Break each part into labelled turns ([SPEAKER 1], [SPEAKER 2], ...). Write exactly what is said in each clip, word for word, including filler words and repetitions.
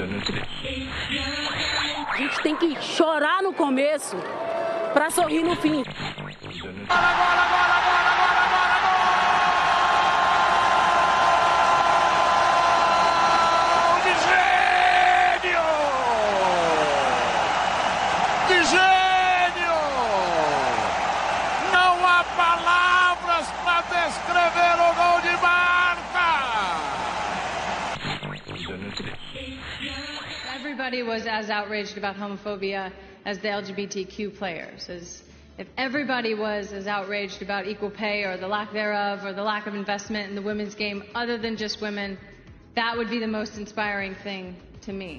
[SPEAKER 1] A gente tem que chorar no começo pra sorrir no fim.
[SPEAKER 2] Bola, bola, bola, bola, bola, bola, gol! De gênio! De gênio! Não há palavras para descrever o gol de Marta!
[SPEAKER 3] Everybody was as outraged about homophobia as the L G B T Q players. As if everybody was as outraged about equal pay or the lack thereof or the lack of investment in the women's game other than just women, that would be the most inspiring thing to me.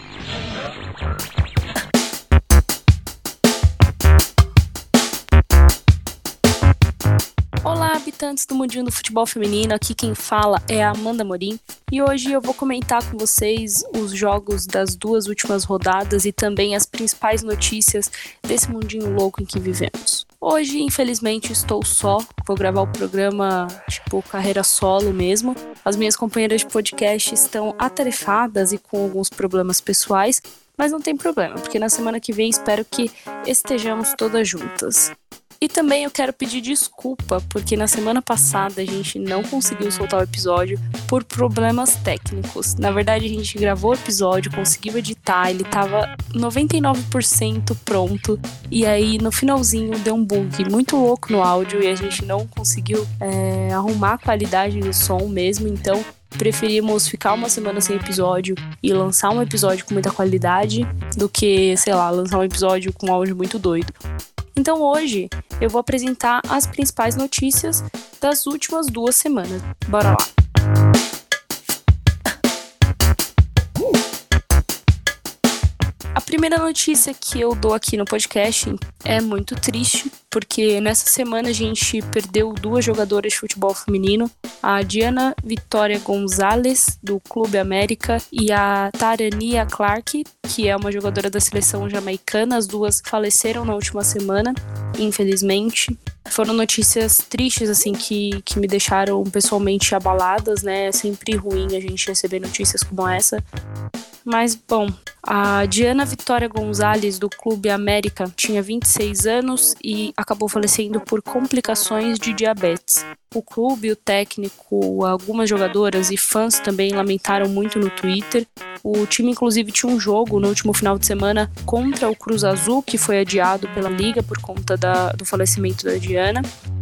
[SPEAKER 4] Olá, habitantes do mundinho do futebol feminino, aqui quem fala é a Amanda Morim e hoje eu vou comentar com vocês os jogos das duas últimas rodadas e também as principais notícias desse mundinho louco em que vivemos. Hoje, infelizmente, estou só, vou gravar o programa tipo carreira solo mesmo. As minhas companheiras de podcast estão atarefadas e com alguns problemas pessoais, mas não tem problema, porque na semana que vem espero que estejamos todas juntas. E também eu quero pedir desculpa, porque na semana passada a gente não conseguiu soltar o episódio por problemas técnicos. Na verdade, a gente gravou o episódio, conseguiu editar, ele tava noventa e nove por cento pronto. E aí, no finalzinho, deu um bug muito louco no áudio e a gente não conseguiu é, arrumar a qualidade do som mesmo. Então, preferimos ficar uma semana sem episódio e lançar um episódio com muita qualidade do que, sei lá, lançar um episódio com áudio muito doido. Então hoje eu vou apresentar as principais notícias das últimas duas semanas. Bora lá! A primeira notícia que eu dou aqui no podcast é muito triste, porque nessa semana a gente perdeu duas jogadoras de futebol feminino, a Diana Vitória Gonzalez, do Clube América, e a Tarania Clark, que é uma jogadora da seleção jamaicana. As duas faleceram na última semana, infelizmente. Foram notícias tristes, assim, que, que me deixaram pessoalmente abaladas, né? É sempre ruim a gente receber notícias como essa. Mas, bom, a Diana Vitória Gonzalez, do Clube América, tinha vinte e seis anos e acabou falecendo por complicações de diabetes. O clube, o técnico, algumas jogadoras e fãs também lamentaram muito no Twitter. O time, inclusive, tinha um jogo no último final de semana contra o Cruz Azul, que foi adiado pela Liga por conta da, do falecimento da Diana.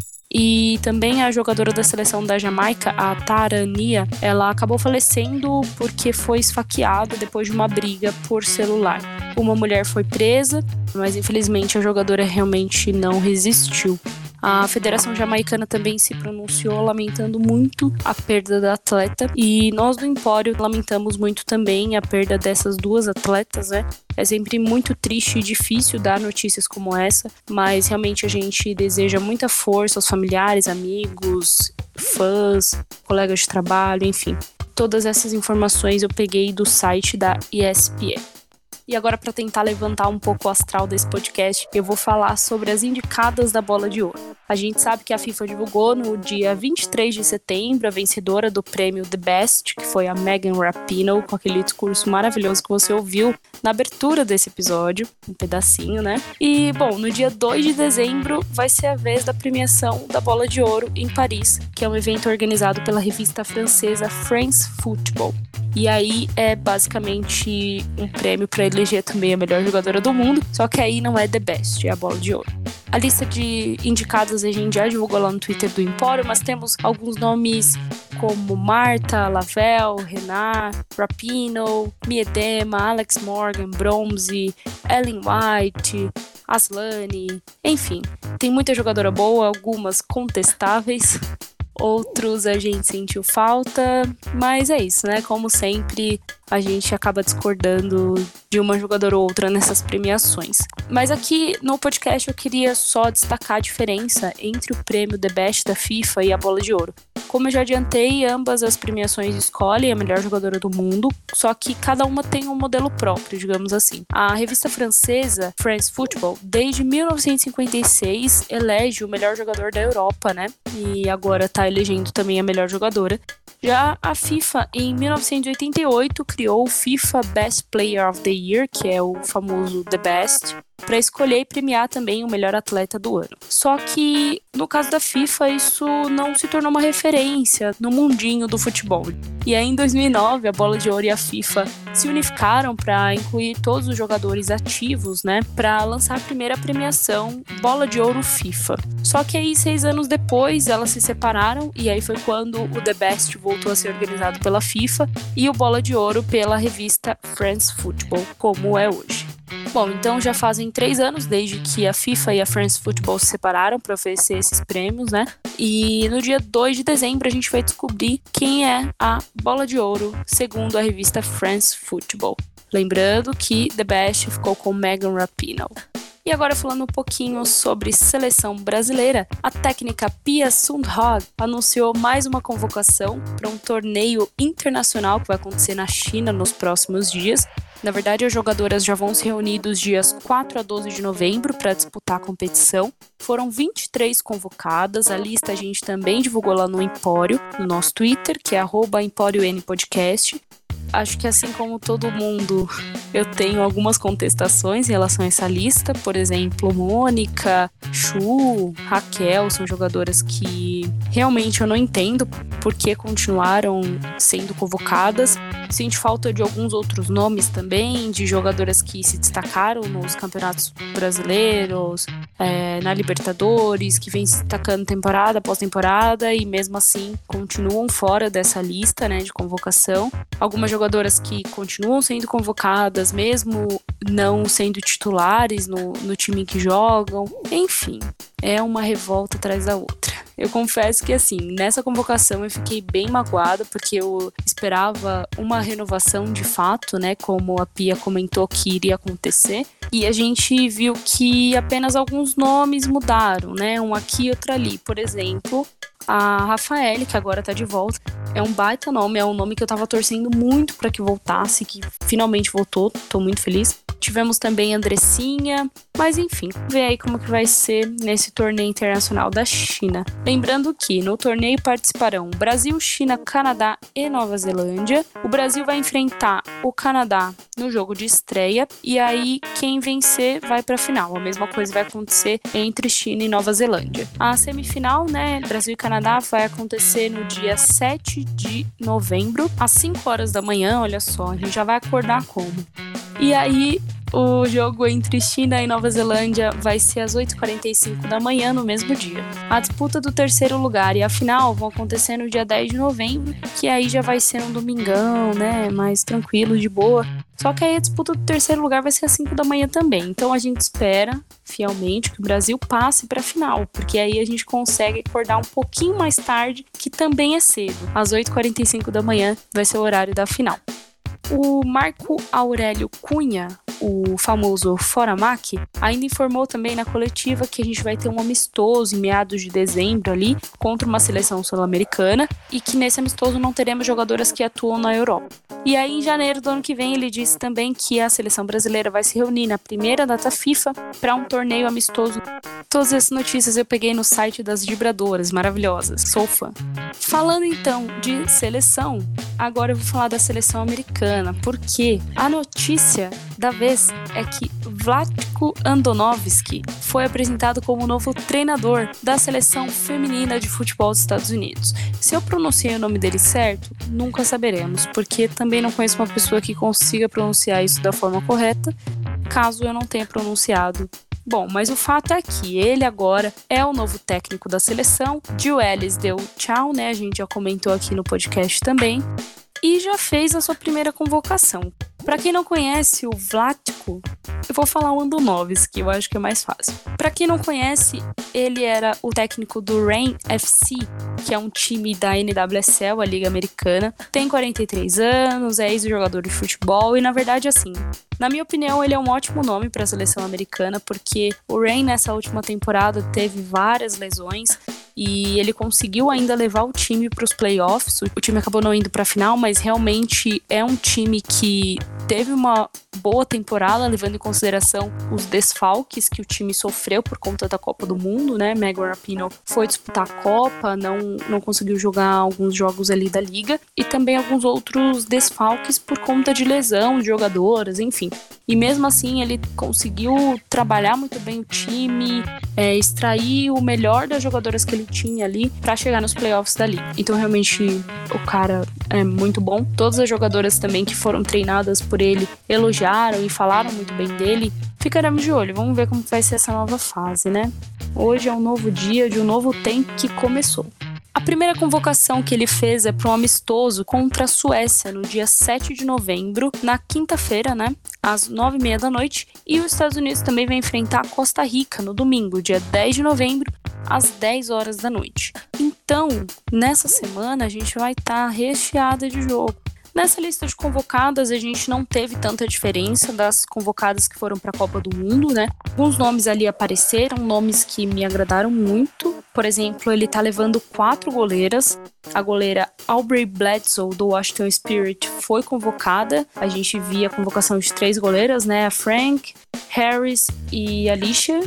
[SPEAKER 4] E também a jogadora da seleção da Jamaica, a Tarania, ela acabou falecendo porque foi esfaqueada depois de uma briga por celular. Uma mulher foi presa, mas infelizmente a jogadora realmente não resistiu. A Federação Jamaicana também se pronunciou lamentando muito a perda da atleta e nós do Empório lamentamos muito também a perda dessas duas atletas, né? É sempre muito triste e difícil dar notícias como essa, mas realmente a gente deseja muita força aos familiares, amigos, fãs, colegas de trabalho, enfim. Todas essas informações eu peguei do site da E S P N. E agora, para tentar levantar um pouco o astral desse podcast, eu vou falar sobre as indicadas da Bola de Ouro. A gente sabe que a FIFA divulgou no dia vinte e três de setembro a vencedora do prêmio The Best, que foi a Megan Rapinoe, com aquele discurso maravilhoso que você ouviu na abertura desse episódio, um pedacinho, né? E, bom, no dia dois de dezembro vai ser a vez da premiação da Bola de Ouro em Paris, que é um evento organizado pela revista francesa France Football. E aí é basicamente um prêmio para eleger também a melhor jogadora do mundo, só que aí não é The Best, é a Bola de Ouro. A lista de indicadas a gente já divulgou lá no Twitter do Empório, mas temos alguns nomes como Marta, Lavelle, Renard, Rapinoe, Miedema, Alex Morgan, Bromsey, Ellen White, Aslani, enfim, tem muita jogadora boa, algumas contestáveis. Outros a gente sentiu falta, mas é isso, né? Como sempre, a gente acaba discordando de uma jogadora ou outra nessas premiações. Mas aqui no podcast eu queria só destacar a diferença entre o prêmio The Best da FIFA e a Bola de Ouro. Como eu já adiantei, ambas as premiações escolhem a melhor jogadora do mundo, só que cada uma tem um modelo próprio, digamos assim. A revista francesa France Football, desde mil novecentos e cinquenta e seis, elege o melhor jogador da Europa, né? E agora tá elegendo também a melhor jogadora. Já a FIFA, em mil novecentos e oitenta e oito, criou o FIFA Best Player of the Year, que é o famoso The Best, para escolher e premiar também o melhor atleta do ano. Só que, no caso da FIFA, isso não se tornou uma referência no mundinho do futebol. E aí, em dois mil e nove, a Bola de Ouro e a FIFA se unificaram para incluir todos os jogadores ativos, né, para lançar a primeira premiação Bola de Ouro FIFA. Só que aí, seis anos depois, elas se separaram e aí foi quando o The Best voltou a ser organizado pela FIFA e o Bola de Ouro pela revista France Football, como é hoje. Bom, então já fazem três anos desde que a FIFA e a France Football se separaram para oferecer esses prêmios, né? E no dia dois de dezembro a gente vai descobrir quem é a Bola de Ouro, segundo a revista France Football. Lembrando que The Best ficou com Megan Rapinoe. E agora falando um pouquinho sobre seleção brasileira, a técnica Pia Sundhage anunciou mais uma convocação para um torneio internacional que vai acontecer na China nos próximos dias. Na verdade, as jogadoras já vão se reunir dos dias quatro a doze de novembro para disputar a competição. Foram vinte e três convocadas, a lista a gente também divulgou lá no Empório, no nosso Twitter, que é arroba Empório N Podcast. Acho que assim como todo mundo, eu tenho algumas contestações em relação a essa lista. Por exemplo, Mônica, Chu, Raquel são jogadoras que realmente eu não entendo por que continuaram sendo convocadas. Sente falta de alguns outros nomes também, de jogadoras que se destacaram nos campeonatos brasileiros, é, na Libertadores, que vem se destacando temporada após temporada e mesmo assim continuam fora dessa lista, né, de convocação. Algumas jogadoras que continuam sendo convocadas, mesmo não sendo titulares no, no time que jogam. Enfim, é uma revolta atrás da outra. Eu confesso que, assim, nessa convocação eu fiquei bem magoada, porque eu esperava uma renovação de fato, né, como a Pia comentou que iria acontecer. E a gente viu que apenas alguns nomes mudaram, né, um aqui e outro ali. Por exemplo, a Rafaele, que agora tá de volta, é um baita nome, é um nome que eu tava torcendo muito para que voltasse, que finalmente voltou, tô muito feliz. Tivemos também a Andressinha, mas enfim, vê aí como que vai ser nesse torneio internacional da China. Lembrando que no torneio participarão Brasil, China, Canadá e Nova Zelândia. O Brasil vai enfrentar o Canadá no jogo de estreia e aí quem vencer vai para a final. A mesma coisa vai acontecer entre China e Nova Zelândia. A semifinal, né, Brasil e Canadá, vai acontecer no dia sete de novembro, às cinco horas da manhã, olha só, a gente já vai acordar como. E aí, o jogo entre China e Nova Zelândia vai ser às oito e quarenta e cinco da manhã no mesmo dia. A disputa do terceiro lugar e a final vão acontecer no dia dez de novembro, que aí já vai ser um domingão, né, mais tranquilo, de boa. Só que aí a disputa do terceiro lugar vai ser às cinco da manhã também. Então a gente espera, fielmente, que o Brasil passe para a final, porque aí a gente consegue acordar um pouquinho mais tarde, que também é cedo. Às oito e quarenta e cinco da manhã vai ser o horário da final. O Marco Aurélio Cunha, o famoso Foramac, ainda informou também na coletiva que a gente vai ter um amistoso em meados de dezembro ali, contra uma seleção sul-americana, e que nesse amistoso não teremos jogadoras que atuam na Europa. E aí, em janeiro do ano que vem, ele disse também que a seleção brasileira vai se reunir na primeira data FIFA para um torneio amistoso. Todas essas notícias eu peguei no site das vibradoras, maravilhosas, sou fã. Falando então de seleção, agora eu vou falar da seleção americana, porque a notícia da vez é que Vlatko Andonovski foi apresentado como o novo treinador da seleção feminina de futebol dos Estados Unidos. Se eu pronunciei o nome dele certo, nunca saberemos, porque também não conheço uma pessoa que consiga pronunciar isso da forma correta, caso eu não tenha pronunciado. Bom, mas o fato é que ele agora é o novo técnico da seleção. Jill Ellis deu tchau, né? A gente já comentou aqui no podcast também. E já fez a sua primeira convocação. Para quem não conhece o Vlatko, eu vou falar o Andonovski, que eu acho que é mais fácil. Para quem não conhece, ele era o técnico do Reign F C, que é um time da N W S L, a Liga Americana. Tem quarenta e três anos, é ex-jogador de futebol e, na verdade, assim, na minha opinião, ele é um ótimo nome para a seleção americana, porque o Reign, nessa última temporada, teve várias lesões e ele conseguiu ainda levar o time para os playoffs. O time acabou não indo para a final, mas realmente é um time que teve uma boa temporada, levando em consideração os desfalques que o time sofreu por conta da Copa do Mundo, né? Megan Rapinoe foi disputar a Copa, não, não conseguiu jogar alguns jogos ali da Liga, e também alguns outros desfalques por conta de lesão de jogadoras, enfim. E mesmo assim ele conseguiu trabalhar muito bem o time, é, extrair o melhor das jogadoras que ele tinha ali para chegar nos playoffs da Liga. Então realmente o cara é muito bom. Todas as jogadoras também que foram treinadas por ele elogiaram e falaram muito bem dele. Ficaremos de olho, vamos ver como vai ser essa nova fase, né? Hoje é um novo dia de um novo tempo que começou. A primeira convocação que ele fez é para um amistoso contra a Suécia no dia sete de novembro, na quinta-feira, né, às nove e meia da noite, e os Estados Unidos também vai enfrentar a Costa Rica no domingo, dia dez de novembro, às dez horas da noite. Então, nessa semana a gente vai estar tá recheada de jogo. Nessa lista de convocadas, a gente não teve tanta diferença das convocadas que foram para a Copa do Mundo, né? Alguns nomes ali apareceram, nomes que me agradaram muito. Por exemplo, ele tá levando quatro goleiras. A goleira Aubrey Bledsoe, do Washington Spirit, foi convocada. A gente via a convocação de três goleiras, né? A Frank, Harris e Alicia.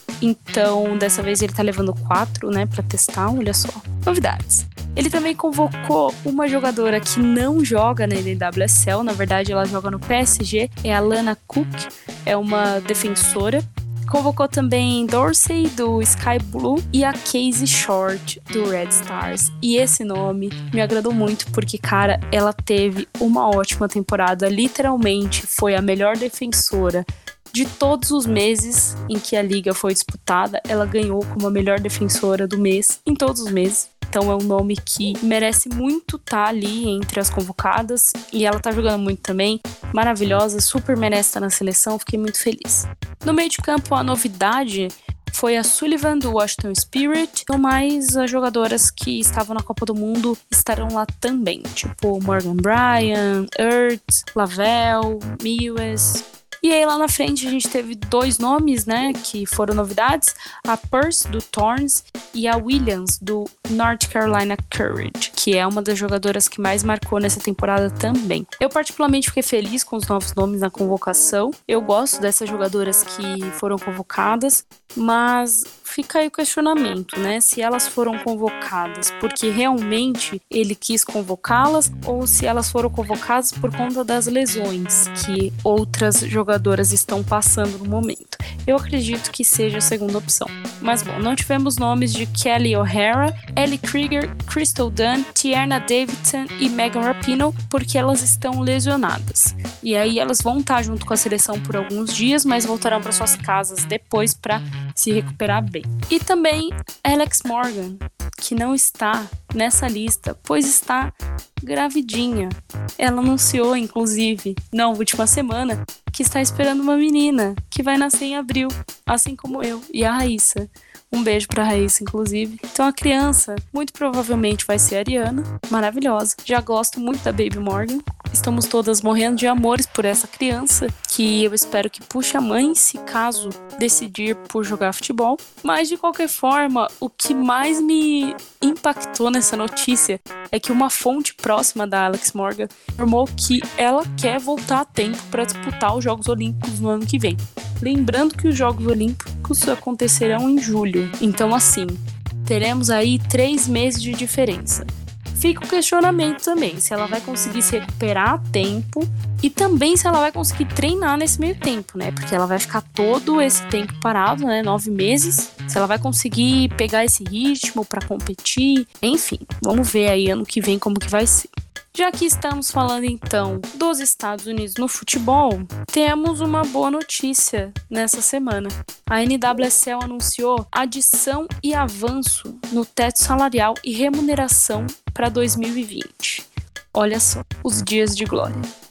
[SPEAKER 4] Então, dessa vez ele tá levando quatro, né? Pra testar, olha só. Novidades. Ele também convocou uma jogadora que não joga na N W S L, na verdade ela joga no P S G, é a Lana Cook, é uma defensora. Convocou também Dorsey, do Sky Blue, e a Casey Short, do Red Stars. E esse nome me agradou muito porque, cara, ela teve uma ótima temporada, literalmente foi a melhor defensora de todos os meses em que a liga foi disputada. Ela ganhou como a melhor defensora do mês, em todos os meses. Então é um nome que merece muito estar ali entre as convocadas. E ela tá jogando muito também. Maravilhosa, super merece estar na seleção. Fiquei muito feliz. No meio de campo, a novidade foi a Sullivan, do Washington Spirit. Mas as jogadoras que estavam na Copa do Mundo estarão lá também. Tipo Morgan Bryan, Ertz, Lavelle, Mewes. E aí lá na frente a gente teve dois nomes, né, que foram novidades, a Peirce, do Thorns, e a Williams, do North Carolina Courage, que é uma das jogadoras que mais marcou nessa temporada também. Eu particularmente fiquei feliz com os novos nomes na convocação, eu gosto dessas jogadoras que foram convocadas, mas fica aí o questionamento, né, se elas foram convocadas porque realmente ele quis convocá-las ou se elas foram convocadas por conta das lesões que outras jogadoras estão passando no momento. Eu acredito que seja a segunda opção. Mas bom, não tivemos nomes de Kelly O'Hara, Ellie Krieger, Crystal Dunn, Tierna Davidson e Megan Rapinoe porque elas estão lesionadas. E aí elas vão estar junto com a seleção por alguns dias, mas voltarão para suas casas depois para se recuperar bem. E também Alex Morgan, que não está nessa lista, pois está gravidinha. Ela anunciou, inclusive, na última semana, que está esperando uma menina que vai nascer em abril, assim como eu e a Raíssa. Um beijo pra Raíssa, inclusive. Então a criança, muito provavelmente vai ser a Ariana, maravilhosa. Já gosto muito da Baby Morgan. Estamos todas morrendo de amores por essa criança, que eu espero que puxe a mãe, se caso decidir por jogar futebol. Mas, de qualquer forma, o que mais me impactou nessa notícia é que uma fonte próxima da Alex Morgan informou que ela quer voltar a tempo para disputar os Jogos Olímpicos no ano que vem. Lembrando que os Jogos Olímpicos acontecerão em julho. Então, assim, teremos aí três meses de diferença. Fica o questionamento também, se ela vai conseguir se recuperar a tempo e também se ela vai conseguir treinar nesse meio tempo, né? Porque ela vai ficar todo esse tempo parado, né? Nove meses. Se ela vai conseguir pegar esse ritmo para competir, enfim, vamos ver aí ano que vem como que vai ser. Já que estamos falando então dos Estados Unidos no futebol, temos uma boa notícia nessa semana. A N W S L anunciou adição e avanço no teto salarial e remuneração para dois mil e vinte. Olha só, os dias de glória.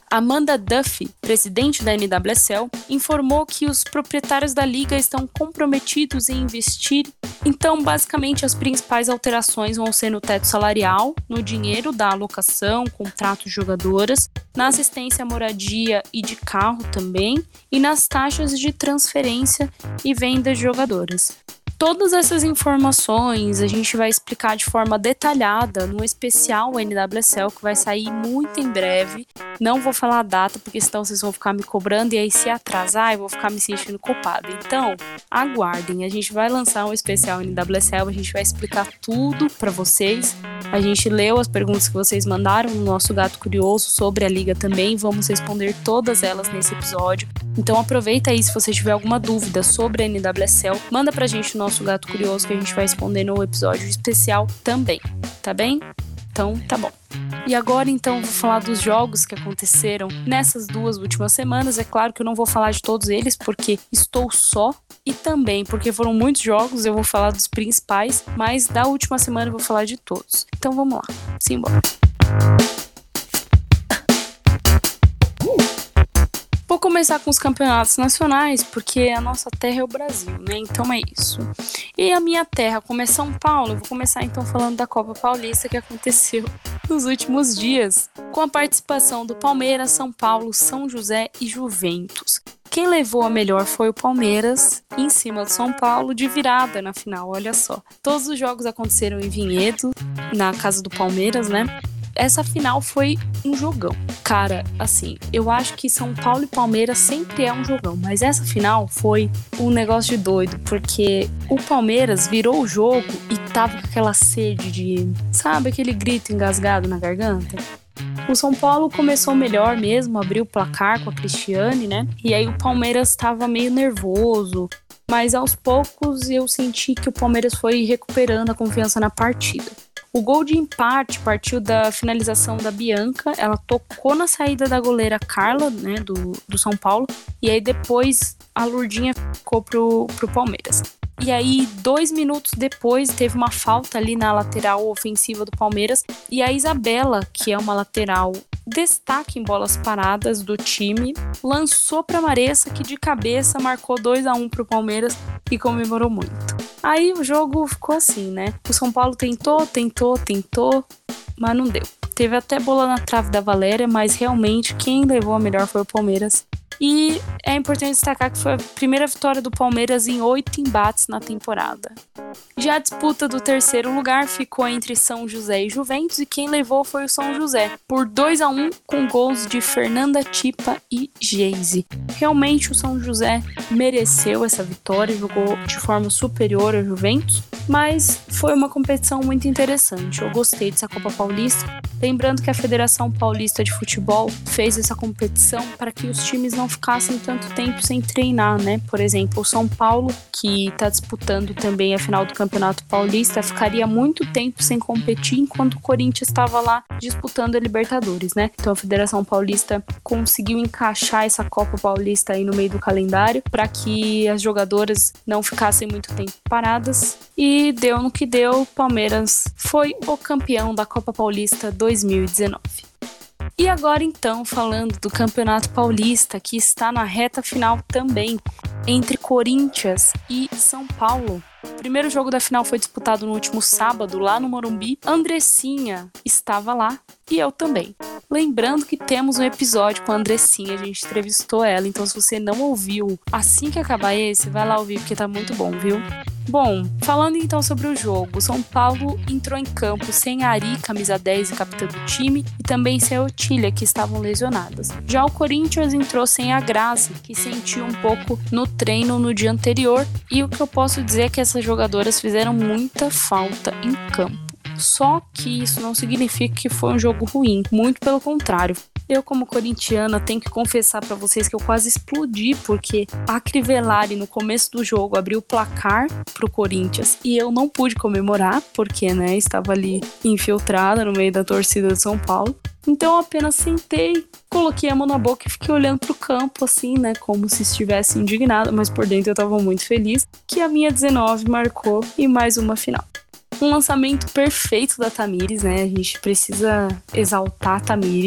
[SPEAKER 4] Amanda Duffy, presidente da N W S L, informou que os proprietários da liga estão comprometidos em investir. Então, basicamente, as principais alterações vão ser no teto salarial, no dinheiro da alocação, contratos de jogadoras, na assistência à moradia e de carro também, e nas taxas de transferência e venda de jogadoras. Todas essas informações a gente vai explicar de forma detalhada no especial N W S L que vai sair muito em breve. Não vou falar a data porque senão vocês vão ficar me cobrando e aí se atrasar eu vou ficar me sentindo culpada. Então, aguardem, a gente vai lançar um especial N W S L, a gente vai explicar tudo pra vocês. A gente leu as perguntas que vocês mandaram no nosso Gato Curioso sobre a liga também, vamos responder todas elas nesse episódio. Então aproveita aí, se você tiver alguma dúvida sobre a N W S L, manda pra gente no nosso Gato Curioso que a gente vai responder no episódio especial também, tá bem? Então tá bom. E agora então vou falar dos jogos que aconteceram nessas duas últimas semanas. É claro que eu não vou falar de todos eles porque estou só e também porque foram muitos jogos, eu vou falar dos principais, mas da última semana eu vou falar de todos. Então vamos lá, simbora. Vou começar com os campeonatos nacionais, porque a nossa terra é o Brasil, né? Então é isso. E a minha terra, como é São Paulo, eu vou começar então falando da Copa Paulista que aconteceu nos últimos dias, com a participação do Palmeiras, São Paulo, São José e Juventus. Quem levou a melhor foi o Palmeiras, em cima do São Paulo, de virada na final, olha só. Todos os jogos aconteceram em Vinhedo, na casa do Palmeiras, né? Essa final foi um jogão. Cara, assim, eu acho que São Paulo e Palmeiras sempre é um jogão, mas essa final foi um negócio de doido, porque o Palmeiras virou o jogo e tava com aquela sede de, sabe, aquele grito engasgado na garganta? O São Paulo começou melhor mesmo, abriu o placar com a Cristiane, né? E aí o Palmeiras tava meio nervoso, mas aos poucos eu senti que o Palmeiras foi recuperando a confiança na partida. O gol de empate partiu da finalização da Bianca, ela tocou na saída da goleira Carla, né, do, do São Paulo, e aí depois a Lourdinha ficou pro, pro Palmeiras. E aí, dois minutos depois, teve uma falta ali na lateral ofensiva do Palmeiras, e a Isabela, que é uma lateral destaque em bolas paradas do time, lançou para Maressa, que de cabeça marcou dois a um pro Palmeiras e comemorou muito. Aí o jogo ficou assim, né? O São Paulo tentou, tentou, tentou, mas não deu. Teve até bola na trave da Valéria, mas realmente quem levou a melhor foi o Palmeiras. E é importante destacar que foi a primeira vitória do Palmeiras em oito embates na temporada. Já a disputa do terceiro lugar ficou entre São José e Juventus, e quem levou foi o São José, por dois a um, com gols de Fernanda Tipa e Geise. Realmente o São José mereceu essa vitória, jogou de forma superior ao Juventus, mas foi uma competição muito interessante. Eu gostei dessa Copa Paulista. Lembrando que a Federação Paulista de Futebol fez essa competição para que os times não ficassem tanto tempo sem treinar, né? Por exemplo, o São Paulo, que está disputando também a final do Campeonato Paulista, ficaria muito tempo sem competir enquanto o Corinthians estava lá disputando a Libertadores, né? Então a Federação Paulista conseguiu encaixar essa Copa Paulista aí no meio do calendário para que as jogadoras não ficassem muito tempo paradas, e deu no que deu. O Palmeiras foi o campeão da Copa Paulista dois mil e dezenove. E agora então, falando do Campeonato Paulista, que está na reta final também, entre Corinthians e São Paulo. O primeiro jogo da final foi disputado no último sábado, lá no Morumbi. Andressinha estava lá e eu também. Lembrando que temos um episódio com a Andressinha, a gente entrevistou ela, então se você não ouviu, assim que acabar esse, vai lá ouvir porque tá muito bom, viu? Bom, falando então sobre o jogo, o São Paulo entrou em campo sem a Ari, camisa dez e capitã do time, e também sem a Otília, que estavam lesionadas. Já o Corinthians entrou sem a Grazi, que sentiu um pouco no treino no dia anterior, e o que eu posso dizer é que essas jogadoras fizeram muita falta em campo. Só que isso não significa que foi um jogo ruim, muito pelo contrário. Eu, como corintiana, tenho que confessar pra vocês que eu quase explodi, porque a Crivellari, no começo do jogo, abriu o placar pro Corinthians e eu não pude comemorar, porque, né, estava ali infiltrada no meio da torcida de São Paulo. Então eu apenas sentei, coloquei a mão na boca e fiquei olhando pro campo, assim, né, como se estivesse indignada, mas por dentro eu tava muito feliz que a minha dezenove marcou em mais uma final. Um lançamento perfeito da Tamires, né? A gente precisa exaltar a Tamires.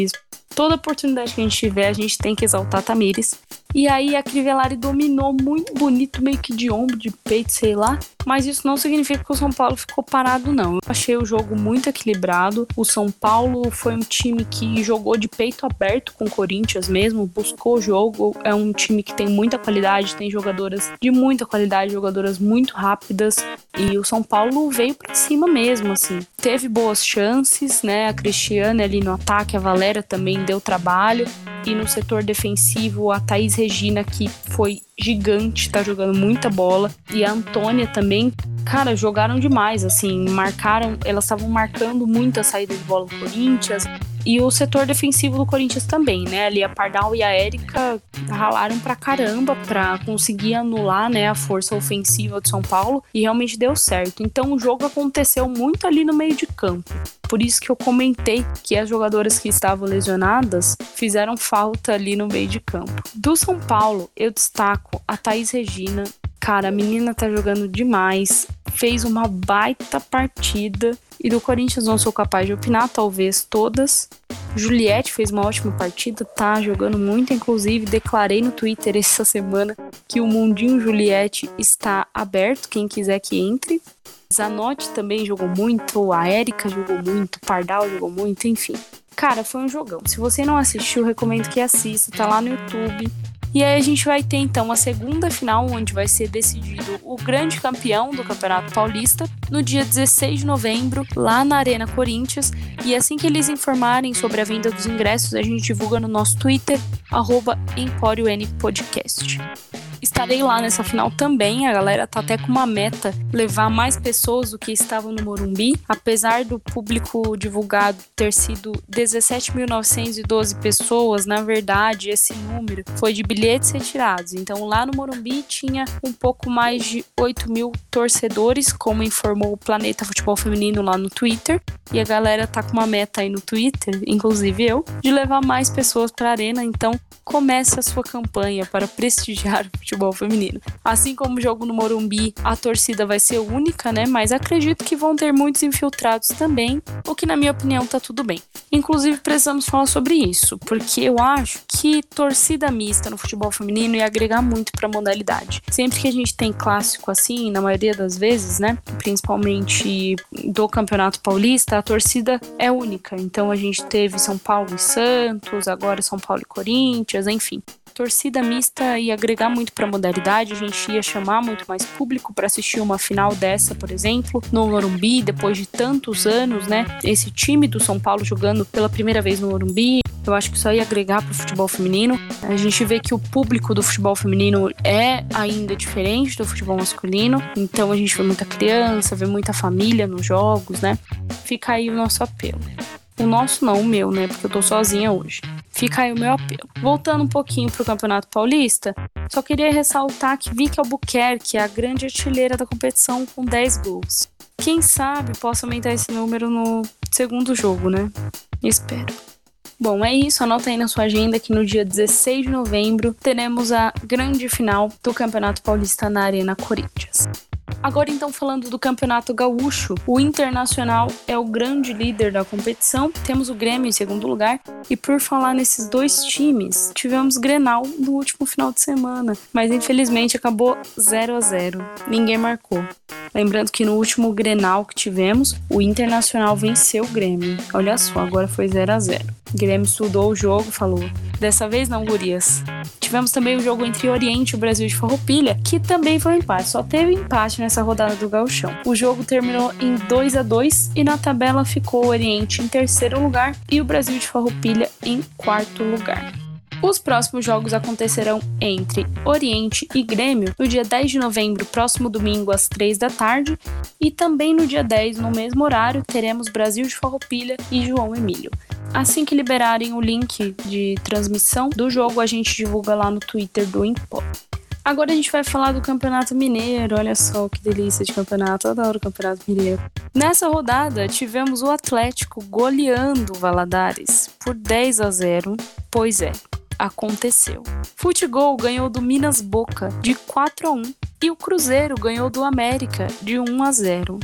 [SPEAKER 4] Toda oportunidade que a gente tiver, a gente tem que exaltar a Tamires. E aí a Crivellari dominou muito bonito, meio que de ombro, de peito, sei lá. Mas isso não significa que o São Paulo ficou parado, não. Eu achei o jogo muito equilibrado. O São Paulo foi um time que jogou de peito aberto com o Corinthians mesmo, buscou o jogo. É um time que tem muita qualidade, tem jogadoras de muita qualidade, jogadoras muito rápidas. E o São Paulo veio pra cima mesmo, assim. Teve boas chances, né? A Cristiane ali no ataque, a Valéria também deu trabalho. E no setor defensivo, a Thaís Regina, que foi gigante, tá jogando muita bola. E a Antônia também, cara, jogaram demais, assim, marcaram, elas estavam marcando muita saída de bola do Corinthians. E o setor defensivo do Corinthians também, né? Ali a Pardal e a Érica ralaram pra caramba pra conseguir anular, né, a força ofensiva do São Paulo. E realmente deu certo. Então o jogo aconteceu muito ali no meio de campo. Por isso que eu comentei que as jogadoras que estavam lesionadas fizeram falta ali no meio de campo. Do São Paulo, eu destaco a Thaís Regina. Cara, a menina tá jogando demais. Fez uma baita partida. E do Corinthians não sou capaz de opinar, talvez todas. Juliette fez uma ótima partida, tá jogando muito. Inclusive, declarei no Twitter essa semana que o Mundinho Juliette está aberto, quem quiser que entre. Zanotti também jogou muito, a Érica jogou muito, o Pardal jogou muito, enfim. Cara, foi um jogão. Se você não assistiu, recomendo que assista, tá lá no YouTube. E aí a gente vai ter então a segunda final, onde vai ser decidido o grande campeão do Campeonato Paulista, no dia dezesseis de novembro, lá na Arena Corinthians. E assim que eles informarem sobre a venda dos ingressos, a gente divulga no nosso Twitter, arroba Empório N Podcast. Estarei lá nessa final também, a galera tá até com uma meta, levar mais pessoas do que estavam no Morumbi, apesar do público divulgado ter sido dezessete mil novecentas e doze pessoas, na verdade esse número foi de bilhetes retirados, então lá no Morumbi tinha um pouco mais de oito mil torcedores, como informou o Planeta Futebol Feminino lá no Twitter, e a galera tá com uma meta aí no Twitter, inclusive eu, de levar mais pessoas pra arena, então comece a sua campanha para prestigiar o futebol feminino. Assim como o jogo no Morumbi, a torcida vai ser única, né? Mas acredito que vão ter muitos infiltrados também, o que na minha opinião tá tudo bem. Inclusive precisamos falar sobre isso, porque eu acho que torcida mista no futebol feminino ia agregar muito pra modalidade. Sempre que a gente tem clássico assim, na maioria das vezes, né? Principalmente do Campeonato Paulista, a torcida é única. Então a gente teve São Paulo e Santos, agora São Paulo e Corinthians, enfim. Torcida mista ia agregar muito para a modalidade, a gente ia chamar muito mais público para assistir uma final dessa, por exemplo, no Morumbi, depois de tantos anos, né? Esse time do São Paulo jogando pela primeira vez no Morumbi, eu acho que isso ia agregar para o futebol feminino. A gente vê que o público do futebol feminino é ainda diferente do futebol masculino, então a gente vê muita criança, vê muita família nos jogos, né? Fica aí o nosso apelo. O nosso não, o meu, né? Porque eu tô sozinha hoje. Fica aí o meu apelo. Voltando um pouquinho pro Campeonato Paulista, só queria ressaltar que Vicky Albuquerque é a grande artilheira da competição com dez gols. Quem sabe possa aumentar esse número no segundo jogo, né? Espero. Bom, é isso. Anota aí na sua agenda que no dia dezesseis de novembro teremos a grande final do Campeonato Paulista na Arena Corinthians. Agora então falando do Campeonato Gaúcho, o Internacional é o grande líder da competição, temos o Grêmio em segundo lugar, e por falar nesses dois times, tivemos Grenal no último final de semana, mas infelizmente acabou zero a zero, ninguém marcou. Lembrando que no último Grenal que tivemos, o Internacional venceu o Grêmio, olha só, agora foi zero a zero. O Grêmio estudou o jogo, falou, dessa vez não, gurias. Tivemos também o jogo entre Oriente e o Brasil de Farroupilha, que também foi um empate, só teve empate nessa rodada do Gauchão. O jogo terminou em dois a dois e na tabela ficou o Oriente em terceiro lugar e o Brasil de Farroupilha em quarto lugar. Os próximos jogos acontecerão entre Oriente e Grêmio no dia dez de novembro, próximo domingo, às três da tarde, e também no dia dez, no mesmo horário, teremos Brasil de Farroupilha e João Emílio. Assim que liberarem o link de transmissão do jogo, a gente divulga lá no Twitter do Impó. Agora a gente vai falar do Campeonato Mineiro. Olha só que delícia de campeonato, eu adoro o Campeonato Mineiro. Nessa rodada, tivemos o Atlético goleando o Valadares por dez a zero. Pois é, aconteceu. Futebol ganhou do Minas Boca de quatro a um e o Cruzeiro ganhou do América de um a zero.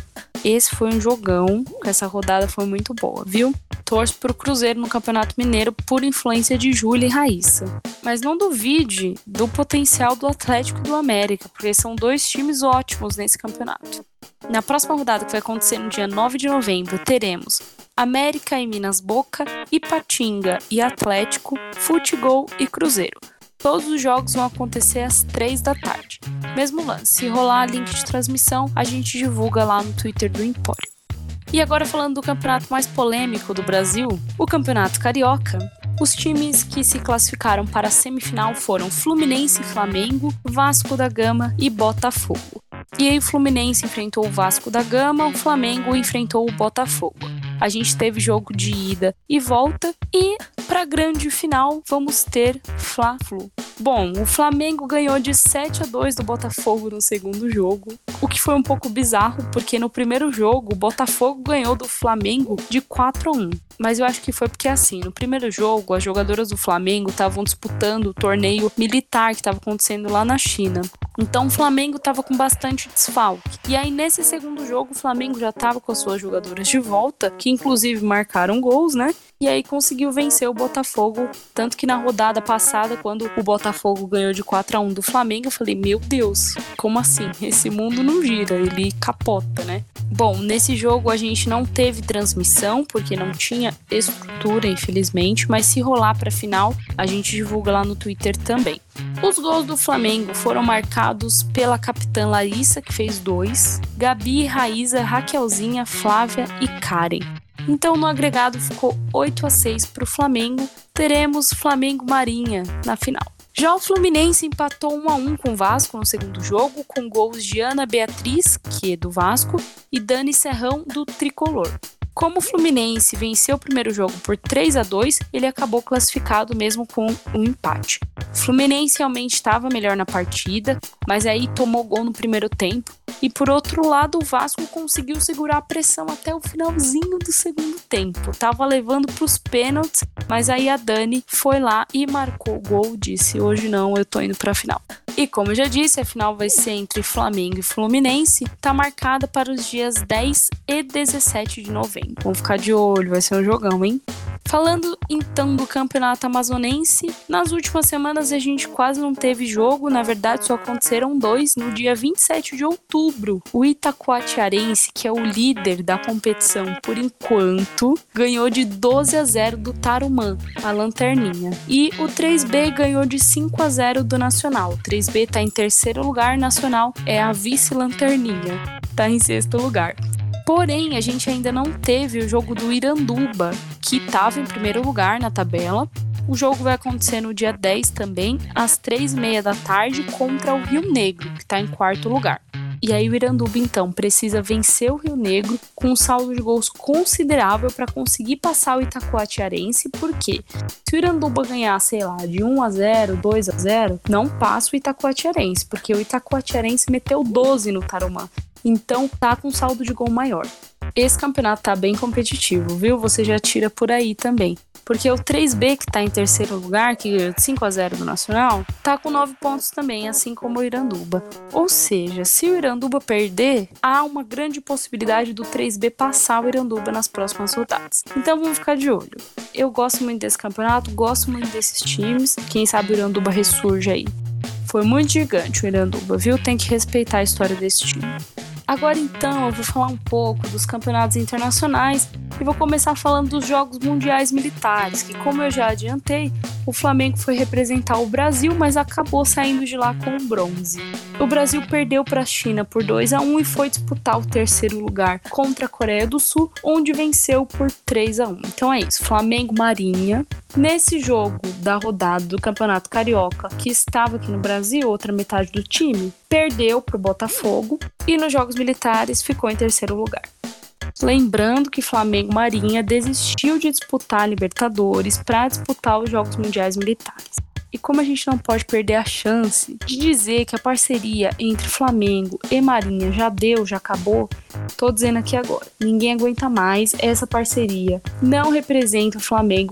[SPEAKER 4] esse foi um jogão, essa rodada foi muito boa, viu? Torço pro Cruzeiro no Campeonato Mineiro por influência de Júlia e Raíssa. Mas não duvide do potencial do Atlético e do América, porque são dois times ótimos nesse campeonato. Na próxima rodada, que vai acontecer no dia nove de novembro, teremos América e Minas Boca, Ipatinga e Atlético, Futebol e Cruzeiro. Todos os jogos vão acontecer às três da tarde. Mesmo lance, se rolar link de transmissão, a gente divulga lá no Twitter do Empório. E agora falando do campeonato mais polêmico do Brasil, o Campeonato Carioca, os times que se classificaram para a semifinal foram Fluminense e Flamengo, Vasco da Gama e Botafogo. E aí o Fluminense enfrentou o Vasco da Gama, o Flamengo enfrentou o Botafogo. A gente teve jogo de ida e volta e para a grande final vamos ter Fla-Flu. Bom, o Flamengo ganhou de sete a dois do Botafogo no segundo jogo, o que foi um pouco bizarro porque no primeiro jogo o Botafogo ganhou do Flamengo de quatro a um. Mas eu acho que foi porque assim, no primeiro jogo as jogadoras do Flamengo estavam disputando o torneio militar que estava acontecendo lá na China. Então o Flamengo estava com bastante desfalque. E aí nesse segundo jogo o Flamengo já estava com as suas jogadoras de volta, que inclusive marcaram gols, né? E aí conseguiu vencer o Botafogo, tanto que na rodada passada, quando o Botafogo ganhou de quatro a um do Flamengo, eu falei, meu Deus, como assim? Esse mundo não gira, ele capota, né? Bom, nesse jogo a gente não teve transmissão, porque não tinha estrutura, infelizmente, mas se rolar pra final, a gente divulga lá no Twitter também. Os gols do Flamengo foram marcados pela capitã Larissa, que fez dois, Gabi, Raíza, Raquelzinha, Flávia e Karen. Então, no agregado, ficou oito a seis para o Flamengo. Teremos Flamengo Marinha na final. Já o Fluminense empatou um a um com o Vasco no segundo jogo, com gols de Ana Beatriz, que é do Vasco, e Dani Serrão, do Tricolor. Como o Fluminense venceu o primeiro jogo por três a dois, ele acabou classificado mesmo com um empate. O Fluminense realmente estava melhor na partida, mas aí tomou gol no primeiro tempo. E por outro lado, o Vasco conseguiu segurar a pressão até o finalzinho do segundo tempo. Tava levando para os pênaltis, mas aí a Dani foi lá e marcou o gol, disse, hoje não, eu tô indo para a final. E como eu já disse, a final vai ser entre Flamengo e Fluminense, tá marcada para os dias dez e dezessete de novembro. Vamos ficar de olho, vai ser um jogão, hein? Falando então do Campeonato Amazonense, nas últimas semanas a gente quase não teve jogo, na verdade só aconteceram dois. No dia vinte e sete de outubro, o Itacoatiarense, que é o líder da competição por enquanto, ganhou de doze a zero do Tarumã, a Lanterninha. E o três B ganhou de cinco a zero do Nacional. O três B está em terceiro lugar, Nacional é a vice-Lanterninha, está em sexto lugar. Porém, a gente ainda não teve o jogo do Iranduba, que estava em primeiro lugar na tabela. O jogo vai acontecer no dia dez também, às três e meia da tarde, contra o Rio Negro, que está em quarto lugar. E aí o Iranduba, então, precisa vencer o Rio Negro com um saldo de gols considerável para conseguir passar o Itacoatiarense, porque se o Iranduba ganhar, sei lá, de um a zero, dois a zero, não passa o Itacoatiarense, porque o Itacoatiarense meteu doze no Tarumã. Então tá com saldo de gol maior. Esse campeonato tá bem competitivo, viu? Você já tira por aí também. Porque o três B, que tá em terceiro lugar, que ganhou de cinco a zero do Nacional, tá com nove pontos também, assim como o Iranduba. Ou seja, se o Iranduba perder, há uma grande possibilidade do três B passar o Iranduba nas próximas rodadas. Então vamos ficar de olho. Eu gosto muito desse campeonato, gosto muito desses times. Quem sabe o Iranduba ressurge aí. Foi muito gigante o Iranduba, viu? Tem que respeitar a história desse time. Agora então eu vou falar um pouco dos campeonatos internacionais e vou começar falando dos Jogos Mundiais Militares, que como eu já adiantei, o Flamengo foi representar o Brasil, mas acabou saindo de lá com o bronze. O Brasil perdeu para a China por dois a um e foi disputar o terceiro lugar contra a Coreia do Sul, onde venceu por três a um. Então é isso, Flamengo Marinha. Nesse jogo da rodada do Campeonato Carioca, que estava aqui no Brasil, outra metade do time, perdeu para o Botafogo e nos Jogos Militares ficou em terceiro lugar. Lembrando que Flamengo Marinha desistiu de disputar a Libertadores para disputar os Jogos Mundiais Militares. E como a gente não pode perder a chance de dizer que a parceria entre Flamengo e Marinha já deu, já acabou, tô dizendo aqui agora, ninguém aguenta mais essa parceria. Não representa o Flamengo que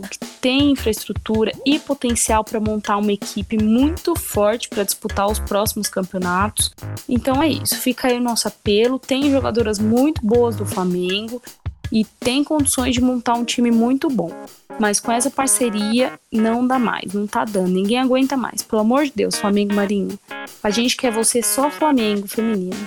[SPEAKER 4] tem infraestrutura e potencial para montar uma equipe muito forte para disputar os próximos campeonatos. Então é isso, fica aí o nosso apelo. Tem jogadoras muito boas do Flamengo e tem condições de montar um time muito bom. Mas com essa parceria não dá mais, não tá dando, ninguém aguenta mais. Pelo amor de Deus, Flamengo Marinho, a gente quer você só Flamengo feminino.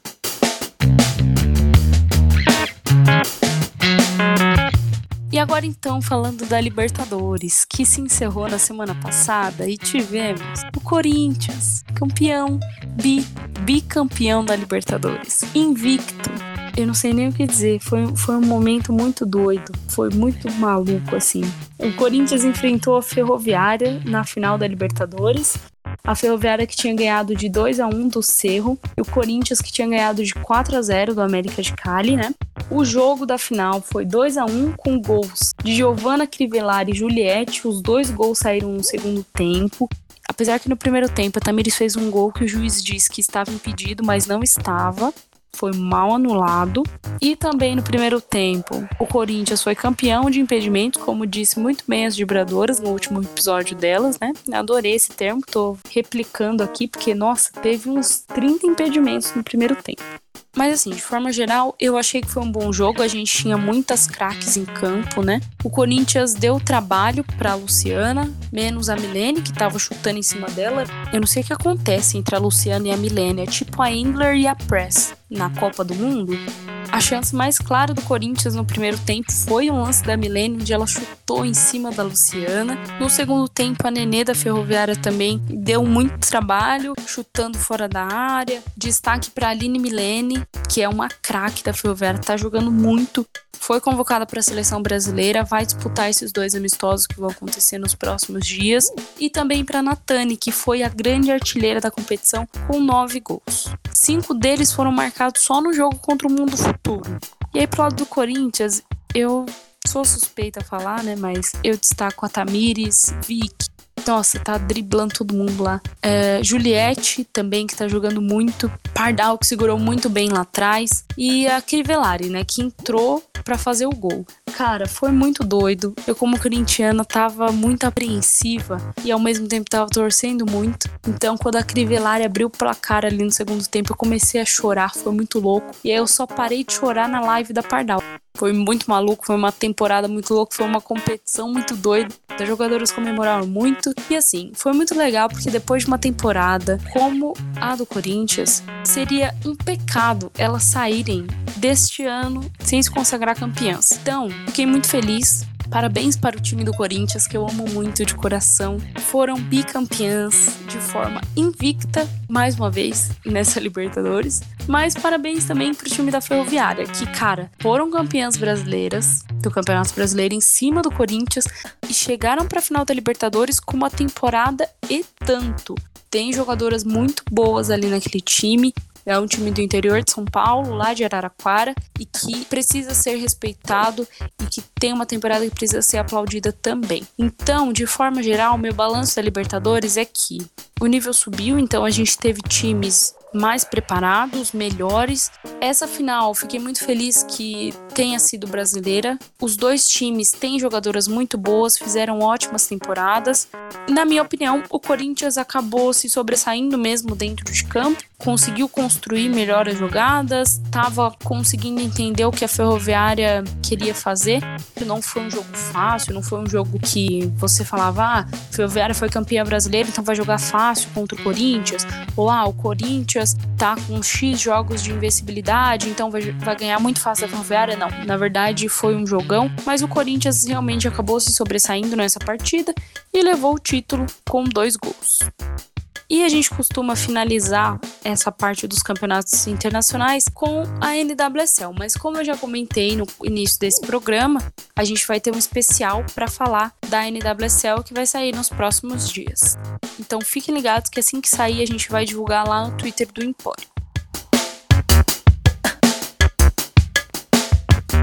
[SPEAKER 4] E agora então, falando da Libertadores, que se encerrou na semana passada e tivemos o Corinthians, campeão, bi, bicampeão da Libertadores, invicto. Eu não sei nem o que dizer, foi, foi um momento muito doido, foi muito maluco assim. O Corinthians enfrentou a Ferroviária na final da Libertadores, a Ferroviária que tinha ganhado de dois a um do Cerro, e o Corinthians que tinha ganhado de quatro a zero do América de Cali, né? O jogo da final foi dois a um com gols de Giovanna Crivellari e Juliette, os dois gols saíram no segundo tempo. Apesar que no primeiro tempo a Tamires fez um gol que o juiz disse que estava impedido, mas não estava. Foi mal anulado. E também no primeiro tempo, o Corinthians foi campeão de impedimentos, como disse muito bem as vibradoras no último episódio delas, né? Adorei esse termo, tô replicando aqui, porque, nossa, teve uns trinta impedimentos no primeiro tempo. Mas assim, de forma geral, eu achei que foi um bom jogo, a gente tinha muitas craques em campo, né? O Corinthians deu trabalho pra Luciana, menos a Milene, que tava chutando em cima dela. Eu não sei o que acontece entre a Luciana e a Milene, é tipo a Engler e a Press na Copa do Mundo. A chance mais clara do Corinthians no primeiro tempo foi um lance da Milene, onde ela chutou em cima da Luciana. No segundo tempo, a Nenê da Ferroviária também deu muito trabalho, chutando fora da área. Destaque para a Aline Milene, que é uma craque da Ferroviária, tá jogando muito. Foi convocada para a seleção brasileira, vai disputar esses dois amistosos que vão acontecer nos próximos dias. E também para a Natane, que foi a grande artilheira da competição, com nove gols. Cinco deles foram marcados só no jogo contra o Mundo Futuro. E aí, pro lado do Corinthians, eu sou suspeita a falar, né? Mas eu destaco a Tamires, Vicky. Nossa, tá driblando todo mundo lá. É, Juliette também, que tá jogando muito. Pardal, que segurou muito bem lá atrás. E a Crivellari, né? Que entrou pra fazer o gol. Cara, foi muito doido. Eu, como corintiana, tava muito apreensiva e ao mesmo tempo tava torcendo muito. Então, quando a Crivellari abriu o placar ali no segundo tempo, eu comecei a chorar. Foi muito louco. E aí eu só parei de chorar na live da Pardal. Foi muito maluco, foi uma temporada muito louca, foi uma competição muito doida. As jogadoras comemoraram muito. E assim, foi muito legal porque depois de uma temporada como a do Corinthians, seria um pecado elas saírem deste ano sem se consagrar campeãs. Então, fiquei muito feliz. Parabéns para o time do Corinthians, que eu amo muito de coração. Foram bicampeãs de forma invicta, mais uma vez, nessa Libertadores. Mas parabéns também para o time da Ferroviária, que, cara, foram campeãs brasileiras do Campeonato Brasileiro em cima do Corinthians e chegaram para a final da Libertadores com uma temporada e tanto. Tem jogadoras muito boas ali naquele time. É um time do interior de São Paulo, lá de Araraquara, e que precisa ser respeitado e que tem uma temporada que precisa ser aplaudida também. Então, de forma geral, meu balanço da Libertadores é que o nível subiu, então a gente teve times mais preparados, melhores. Essa final, fiquei muito feliz que tenha sido brasileira. Os dois times têm jogadoras muito boas, fizeram ótimas temporadas. Na minha opinião, o Corinthians acabou se sobressaindo mesmo dentro de campo, conseguiu construir melhor as jogadas, estava conseguindo entender o que a Ferroviária queria fazer. Não foi um jogo fácil, não foi um jogo que você falava, ah, a Ferroviária foi campeã brasileira, então vai jogar fácil contra o Corinthians, ou ah, o Corinthians tá com X jogos de invencibilidade, então vai, vai ganhar muito fácil a Ferroviária. Não, na verdade foi um jogão, mas o Corinthians realmente acabou se sobressaindo nessa partida e levou o título com dois gols. E a gente costuma finalizar essa parte dos campeonatos internacionais com a N W S L, mas como eu já comentei no início desse programa, a gente vai ter um especial para falar da N W S L que vai sair nos próximos dias. Então fiquem ligados que assim que sair a gente vai divulgar lá no Twitter do Empório.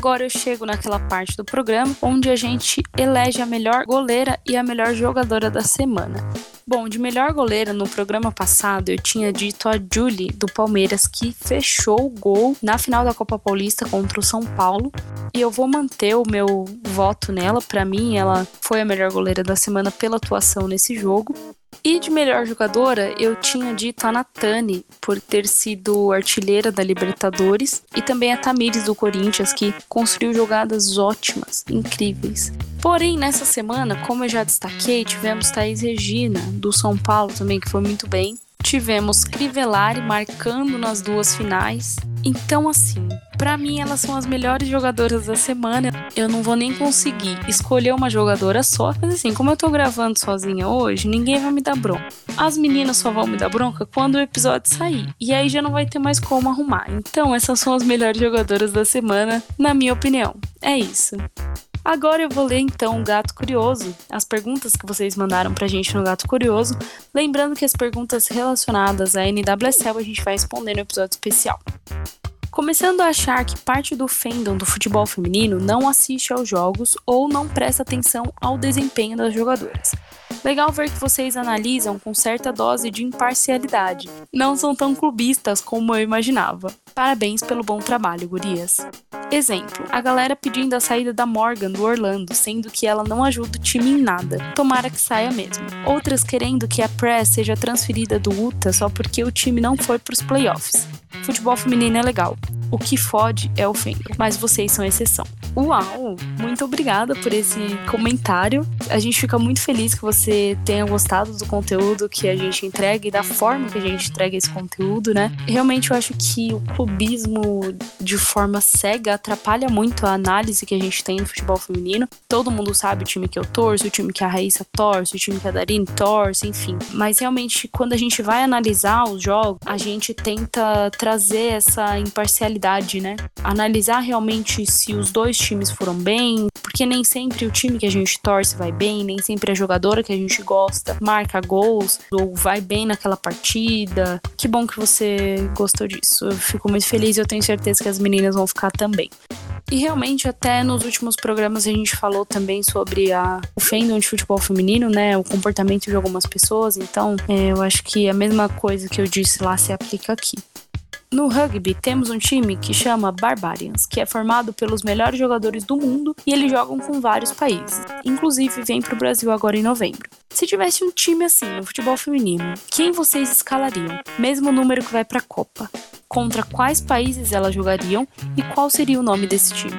[SPEAKER 4] agora eu chego naquela parte do programa onde a gente elege a melhor goleira e a melhor jogadora da semana. Bom, de melhor goleira, no programa passado eu tinha dito a Julie, do Palmeiras, que fechou o gol na final da Copa Paulista contra o São Paulo. E eu vou manter o meu voto nela. Pra mim, ela foi a melhor goleira da semana pela atuação nesse jogo. E de melhor jogadora, eu tinha dito a Nathane, por ter sido artilheira da Libertadores, e também a Tamires, do Corinthians, que construiu jogadas ótimas, incríveis. Porém, nessa semana, como eu já destaquei, tivemos Thaís Regina, do São Paulo também, que foi muito bem. Tivemos Crivellari marcando nas duas finais. Então, assim, pra mim elas são as melhores jogadoras da semana. Eu não vou nem conseguir escolher uma jogadora só. Mas assim, como eu tô gravando sozinha hoje, ninguém vai me dar bronca. As meninas só vão me dar bronca quando o episódio sair. E aí já não vai ter mais como arrumar. Então, essas são as melhores jogadoras da semana, na minha opinião. É isso. Agora eu vou ler então o Gato Curioso, as perguntas que vocês mandaram pra gente no Gato Curioso, lembrando que as perguntas relacionadas à N W S L a gente vai responder no episódio especial. Começando a achar que parte do fandom do futebol feminino não assiste aos jogos ou não presta atenção ao desempenho das jogadoras. Legal ver que vocês analisam com certa dose de imparcialidade. Não são tão clubistas como eu imaginava. Parabéns pelo bom trabalho, gurias. Exemplo, a galera pedindo a saída da Morgan do Orlando, sendo que ela não ajuda o time em nada. Tomara que saia mesmo. Outras querendo que a Press seja transferida do Utah só porque o time não foi pros playoffs. Futebol feminino é legal. O que fode é o fandom, mas vocês são exceção. Uau! Muito obrigada por esse comentário. A gente fica muito feliz que você tenha gostado do conteúdo que a gente entrega e da forma que a gente entrega esse conteúdo, né? Realmente eu acho que o clubismo de forma cega atrapalha muito a análise que a gente tem no futebol feminino. Todo mundo sabe o time que eu torço, o time que a Raíssa torce, o time que a Darine torce, enfim. Mas realmente, quando a gente vai analisar os jogos, a gente tenta trazer essa imparcialidade, né? Analisar realmente se os dois times foram bem, porque nem sempre o time que a gente torce vai bem, nem sempre a jogadora que a gente gosta marca gols ou vai bem naquela partida. Que bom que você gostou disso. Eu fico muito feliz e eu tenho certeza que as meninas vão ficar também. E realmente até nos últimos programas a gente falou também sobre a, o fandom de futebol feminino, né? O comportamento de algumas pessoas. Então é, eu acho que a mesma coisa que eu disse lá se aplica aqui. No rugby, temos um time que chama Barbarians, que é formado pelos melhores jogadores do mundo e eles jogam com vários países. Inclusive, vem pro Brasil agora em novembro. Se tivesse um time assim no futebol feminino, quem vocês escalariam? Mesmo número que vai pra Copa. Contra quais países elas jogariam e qual seria o nome desse time?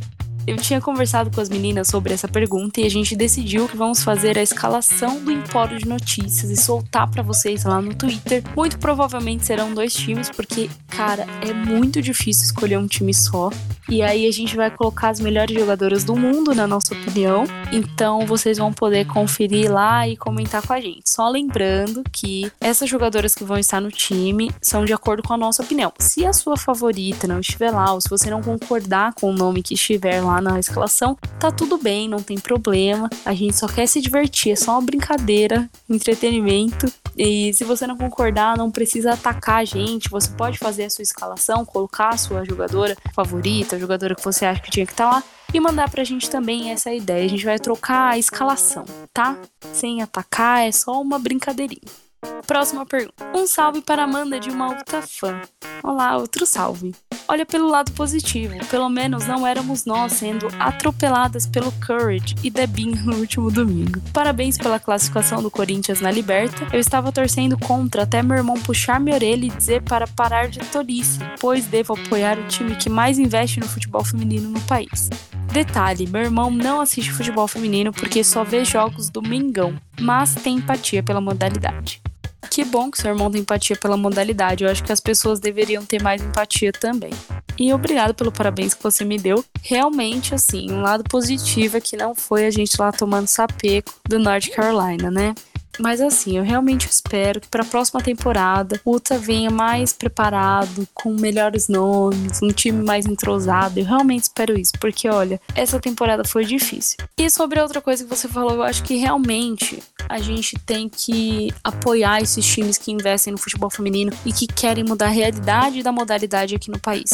[SPEAKER 4] Eu tinha conversado com as meninas sobre essa pergunta e a gente decidiu que vamos fazer a escalação do Empório de Notícias e soltar pra vocês lá no Twitter. Muito provavelmente serão dois times, porque, cara, é muito difícil escolher um time só. E aí a gente vai colocar as melhores jogadoras do mundo, na nossa opinião. Então vocês vão poder conferir lá e comentar com a gente. Só lembrando que essas jogadoras que vão estar no time são de acordo com a nossa opinião. Se a sua favorita não estiver lá, ou se você não concordar com o nome que estiver lá na escalação, tá tudo bem, não tem problema. A gente só quer se divertir, é só uma brincadeira, entretenimento. E se você não concordar, não precisa atacar a gente. Você pode fazer a sua escalação, colocar a sua jogadora favorita, a jogadora que você acha que tinha que estar lá, e mandar pra gente também essa ideia. A gente vai trocar a escalação, tá? Sem atacar, é só uma brincadeirinha. Próxima pergunta. Um salve para Amanda de uma outra fã. Olá, outro salve. Olha pelo lado positivo, pelo menos não éramos nós sendo atropeladas pelo Courage e Debinha no último domingo. Parabéns pela classificação do Corinthians na Liberta. Eu estava torcendo contra até meu irmão puxar minha orelha e dizer para parar de tolice, pois devo apoiar o time que mais investe no futebol feminino no país. Detalhe, meu irmão não assiste futebol feminino porque só vê jogos do Mengão, mas tem empatia pela modalidade. Que bom que seu irmão tem empatia pela modalidade. Eu acho que as pessoas deveriam ter mais empatia também. E obrigado pelo parabéns que você me deu. Realmente, assim, um lado positivo é que não foi a gente lá tomando sapeco do North Carolina, né? Mas assim, eu realmente espero que para a próxima temporada o Utah venha mais preparado, com melhores nomes, um time mais entrosado. Eu realmente espero isso, porque olha, essa temporada foi difícil. E sobre a outra coisa que você falou, eu acho que realmente a gente tem que apoiar esses times que investem no futebol feminino e que querem mudar a realidade da modalidade aqui no país.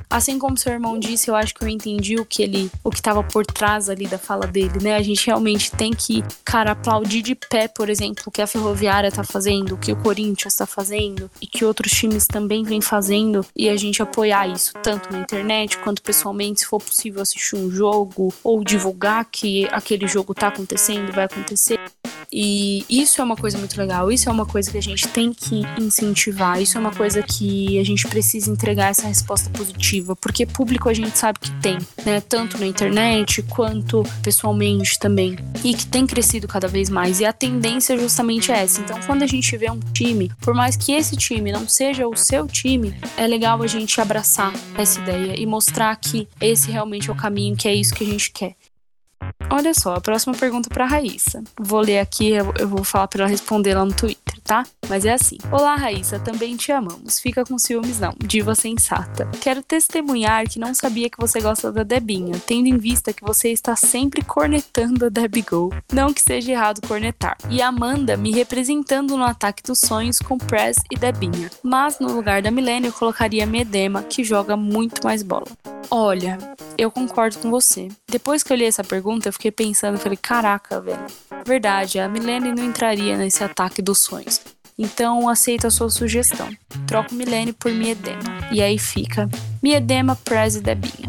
[SPEAKER 4] Assim como seu irmão disse, eu acho que eu entendi o que ele, o que estava por trás ali da fala dele, né? A gente realmente tem que, cara, aplaudir de pé, por exemplo, o que a Ferroviária tá fazendo, o que o Corinthians tá fazendo e que outros times também vêm fazendo, e a gente apoiar isso, tanto na internet quanto pessoalmente, se for possível assistir um jogo ou divulgar que aquele jogo tá acontecendo, vai acontecer. E isso é uma coisa muito legal, isso é uma coisa que a gente tem que incentivar, isso é uma coisa que a gente precisa entregar essa resposta positiva, porque público a gente sabe que tem, né, tanto na internet quanto pessoalmente também, e que tem crescido cada vez mais, e a tendência é justamente essa. Então, quando a gente vê um time, por mais que esse time não seja o seu time, é legal a gente abraçar essa ideia e mostrar que esse realmente é o caminho, que é isso que a gente quer. Olha só, a próxima pergunta para Raíssa. Vou ler aqui, eu vou falar para ela responder lá no Twitter, tá? Mas é assim. Olá, Raíssa, também te amamos. Fica com ciúmes não, diva sensata. Quero testemunhar que não sabia que você gosta da Debinha, tendo em vista que você está sempre cornetando a Debbie Go. Não que seja errado cornetar. E Amanda me representando no ataque dos sonhos com Press e Debinha. Mas no lugar da Milene eu colocaria Miedema, que joga muito mais bola. Olha, eu concordo com você. Depois que eu li essa pergunta, eu fiquei pensando, falei, caraca, velho. Verdade, a Milene não entraria nesse ataque dos sonhos. Então, aceito a sua sugestão. Troco Milene por Miedema. E aí fica Miedema, Press e Debinha.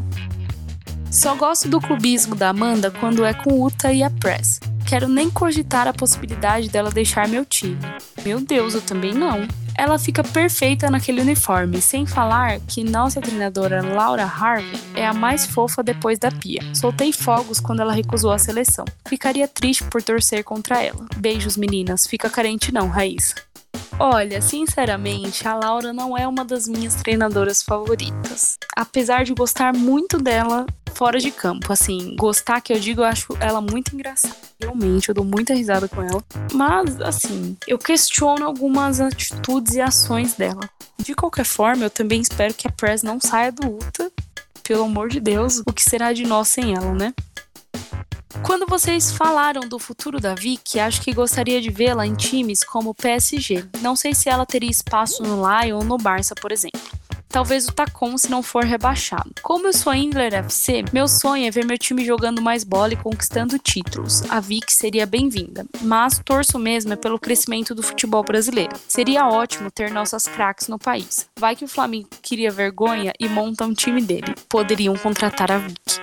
[SPEAKER 4] Só gosto do clubismo da Amanda quando é com Uta e a Press. Quero nem cogitar a possibilidade dela deixar meu time. Meu Deus, eu também não. Ela fica perfeita naquele uniforme, sem falar que nossa treinadora Laura Harvey é a mais fofa depois da Pia. Soltei fogos quando ela recusou a seleção. Ficaria triste por torcer contra ela. Beijos, meninas. Fica carente não, Raíssa. Olha, sinceramente, a Laura não é uma das minhas treinadoras favoritas. Apesar de gostar muito dela fora de campo, assim, gostar que eu digo, eu acho ela muito engraçada. Realmente, eu dou muita risada com ela. Mas, assim, eu questiono algumas atitudes e ações dela. De qualquer forma, eu também espero que a Press não saia do Uta. Pelo amor de Deus, o que será de nós sem ela, né? Quando vocês falaram do futuro da Vicky, acho que gostaria de vê-la em times como o P S G. Não sei se ela teria espaço no Lyon ou no Barça, por exemplo. Talvez o Tacon se não for rebaixado. Como eu sou Indler F C, meu sonho é ver meu time jogando mais bola e conquistando títulos. A Vicky seria bem-vinda, mas torço mesmo é pelo crescimento do futebol brasileiro. Seria ótimo ter nossas craques no país. Vai que o Flamengo queria vergonha e monta um time dele. Poderiam contratar a Vicky.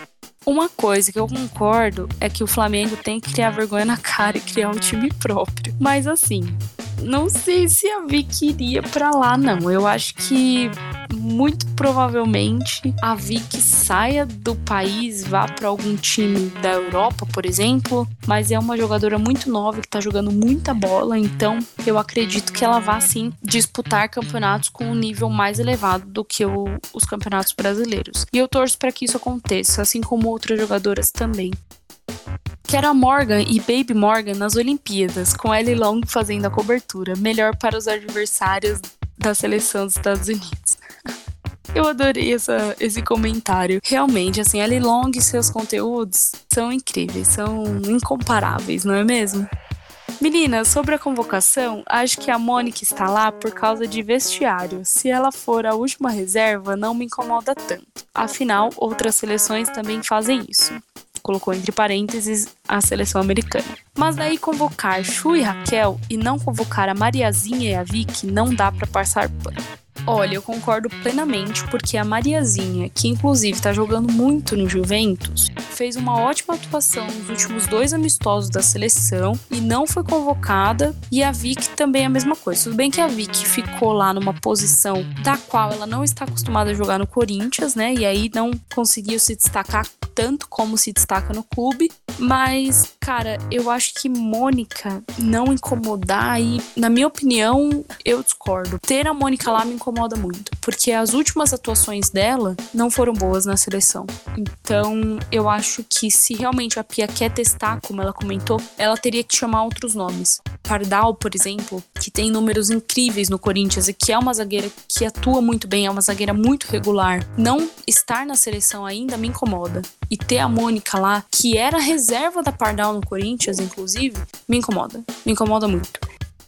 [SPEAKER 4] Uma coisa que eu concordo é que o Flamengo tem que criar vergonha na cara e criar um time próprio. Mas assim, não sei se a Vicky iria pra lá, não. Eu acho que muito provavelmente a Vicky saia do país, vá pra algum time da Europa, por exemplo. Mas é uma jogadora muito nova que tá jogando muita bola, então eu acredito que ela vá sim disputar campeonatos com um nível mais elevado do que o, os campeonatos brasileiros. E eu torço para que isso aconteça, assim como outras jogadoras também. Quero a Morgan e Baby Morgan nas Olimpíadas, com Ellie Long fazendo a cobertura, melhor para os adversários da seleção dos Estados Unidos. Eu adorei essa, esse comentário. Realmente, assim, Ellie Long e seus conteúdos são incríveis, são incomparáveis, não é mesmo? Meninas, sobre a convocação, acho que a Mônica está lá por causa de vestiário. Se ela for a última reserva, não me incomoda tanto. Afinal, outras seleções também fazem isso. Colocou entre parênteses a seleção americana. Mas daí convocar Chu e Raquel e não convocar a Mariazinha e a Vicky não dá pra passar pano. Olha, eu concordo plenamente, porque a Mariazinha, que inclusive tá jogando muito no Juventus, fez uma ótima atuação nos últimos dois amistosos da seleção e não foi convocada, e a Vicky também é a mesma coisa. Tudo bem que a Vicky ficou lá numa posição da qual ela não está acostumada a jogar no Corinthians, né, e aí não conseguiu se destacar tanto como se destaca no clube, mas, cara, eu acho que Mônica não incomodar, e na minha opinião, eu discordo. Ter a Mônica lá me incomoda muito, porque as últimas atuações dela não foram boas na seleção. Então, eu acho que se realmente a Pia quer testar, como ela comentou, ela teria que chamar outros nomes. Pardal, por exemplo, que tem números incríveis no Corinthians e que é uma zagueira que atua muito bem, é uma zagueira muito regular. Não estar na seleção ainda me incomoda. E ter a Mônica lá, que era reserva da Pardal no Corinthians, inclusive, me incomoda. Me incomoda muito.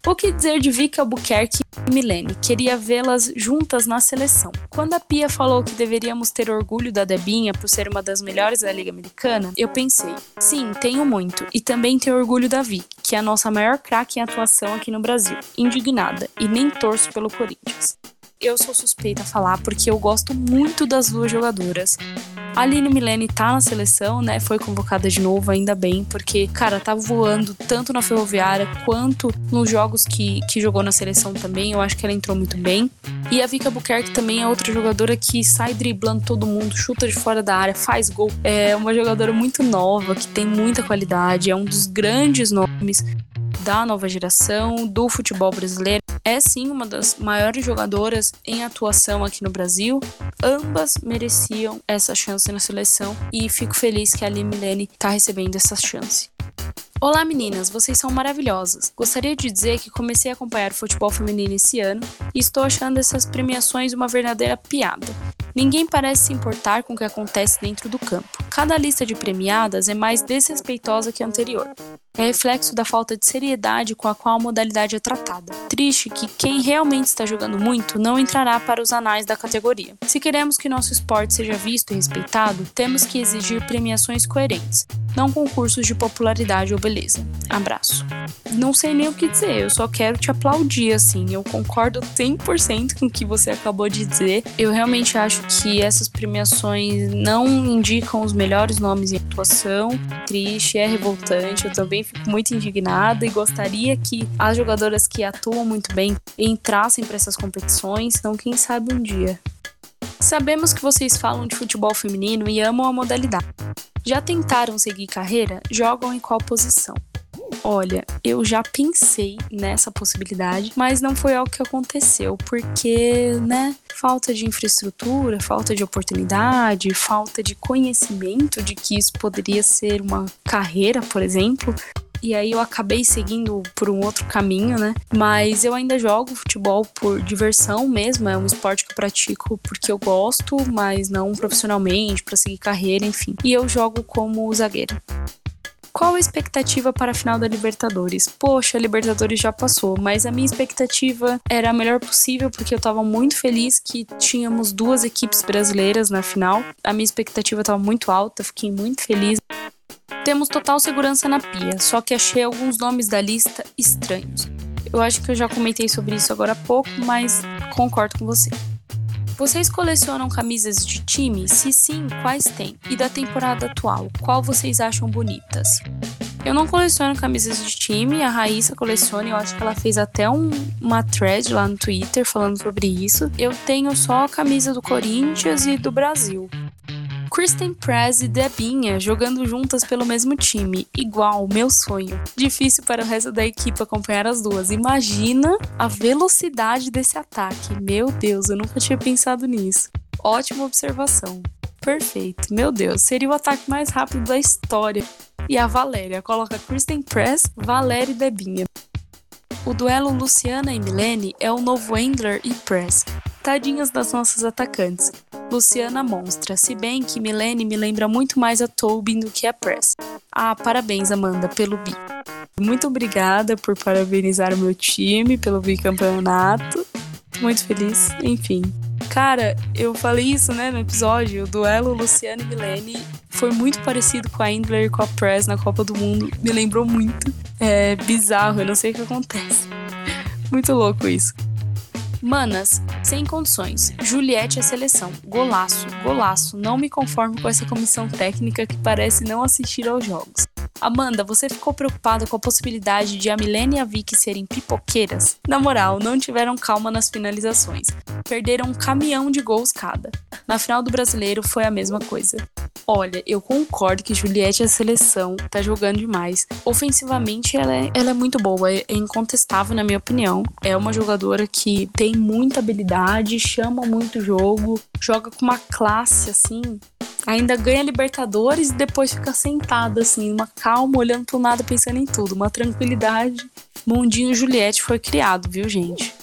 [SPEAKER 4] O que dizer de Vicky Albuquerque e Milene? Queria vê-las juntas na seleção. Quando a Pia falou que deveríamos ter orgulho da Debinha por ser uma das melhores da Liga Americana, eu pensei, sim, tenho muito. E também tenho orgulho da Vicky, que é a nossa maior craque em atuação aqui no Brasil. Indignada, e nem torço pelo Corinthians. Eu sou suspeita a falar porque eu gosto muito das duas jogadoras. A Aline Milene tá na seleção, né? Foi convocada de novo, ainda bem, porque, cara, tá voando tanto na Ferroviária quanto nos jogos que, que jogou na seleção também. Eu acho que ela entrou muito bem. E a Vicky Albuquerque também é outra jogadora que sai driblando todo mundo, chuta de fora da área, faz gol. É uma jogadora muito nova, que tem muita qualidade, é um dos grandes nomes da nova geração, do futebol brasileiro. É sim uma das maiores jogadoras em atuação aqui no Brasil. Ambas mereciam essa chance na seleção e fico feliz que a Aline Milene está recebendo essa chance. Olá meninas, vocês são maravilhosas. Gostaria de dizer que comecei a acompanhar o futebol feminino esse ano e estou achando essas premiações uma verdadeira piada. Ninguém parece se importar com o que acontece dentro do campo. Cada lista de premiadas é mais desrespeitosa que a anterior. É reflexo da falta de seriedade com a qual a modalidade é tratada. Triste que quem realmente está jogando muito não entrará para os anais da categoria. Se queremos que nosso esporte seja visto e respeitado, temos que exigir premiações coerentes, não concursos de popularidade ou beleza. Abraço. Não sei nem o que dizer, eu só quero te aplaudir, assim. Eu concordo cem por cento com o que você acabou de dizer. Eu realmente acho que essas premiações não indicam os melhores nomes em atuação. Triste, é revoltante, eu também fico muito indignada e gostaria que as jogadoras que atuam muito bem entrassem para essas competições, então quem sabe um dia. Sabemos que vocês falam de futebol feminino e amam a modalidade. Já tentaram seguir carreira? Jogam em qual posição? Olha, eu já pensei nessa possibilidade, mas não foi algo que aconteceu, porque, né, falta de infraestrutura, falta de oportunidade, falta de conhecimento de que isso poderia ser uma carreira, por exemplo. E aí eu acabei seguindo por um outro caminho, né? Mas eu ainda jogo futebol por diversão mesmo, é um esporte que eu pratico porque eu gosto, mas não profissionalmente, para seguir carreira, enfim. E eu jogo como zagueira. Qual a expectativa para a final da Libertadores? Poxa, a Libertadores já passou, mas a minha expectativa era a melhor possível porque eu estava muito feliz que tínhamos duas equipes brasileiras na final. A minha expectativa estava muito alta, fiquei muito feliz. Temos total segurança na Pia, só que achei alguns nomes da lista estranhos. Eu acho que eu já comentei sobre isso agora há pouco, mas concordo com você. Vocês colecionam camisas de time? Se sim, quais tem? E da temporada atual, qual vocês acham bonitas? Eu não coleciono camisas de time, a Raíssa coleciona, eu acho que ela fez até um, uma thread lá no Twitter falando sobre isso. Eu tenho só a camisa do Corinthians e do Brasil. Christen Press e Debinha jogando juntas pelo mesmo time. Igual, meu sonho. Difícil para o resto da equipe acompanhar as duas. Imagina a velocidade desse ataque. Meu Deus, eu nunca tinha pensado nisso. Ótima observação. Perfeito. Meu Deus, seria o ataque mais rápido da história. E a Valéria coloca Christen Press, Valéria e Debinha. O duelo Luciana e Milene é o novo Endler e Press. Tadinhas das nossas atacantes. Luciana monstra, se bem que Milene me lembra muito mais a Tobin do que a Press. Ah, parabéns, Amanda, pelo bi. Muito obrigada por parabenizar o meu time pelo bicampeonato. Muito feliz, enfim. Cara, eu falei isso, né, no episódio, o duelo Luciana e Milene foi muito parecido com a Endler e com a Press na Copa do Mundo. Me lembrou muito. É bizarro, eu não sei o que acontece. Muito louco isso. Manas, sem condições. Juliette é seleção. Golaço, golaço. Não me conformo com essa comissão técnica que parece não assistir aos jogos. Amanda, você ficou preocupada com a possibilidade de a Milene e a Vicky serem pipoqueiras? Na moral, não tiveram calma nas finalizações. Perderam um caminhão de gols cada. Na final do Brasileiro foi a mesma coisa. Olha, eu concordo que Juliette é seleção, tá jogando demais. Ofensivamente, ela é, ela é muito boa, é incontestável na minha opinião. É uma jogadora que tem muita habilidade, chama muito jogo, joga com uma classe, assim. Ainda ganha Libertadores e depois fica sentada, assim, uma calma, olhando pro nada, pensando em tudo. Uma tranquilidade. Mundinho Juliette foi criado, viu, gente?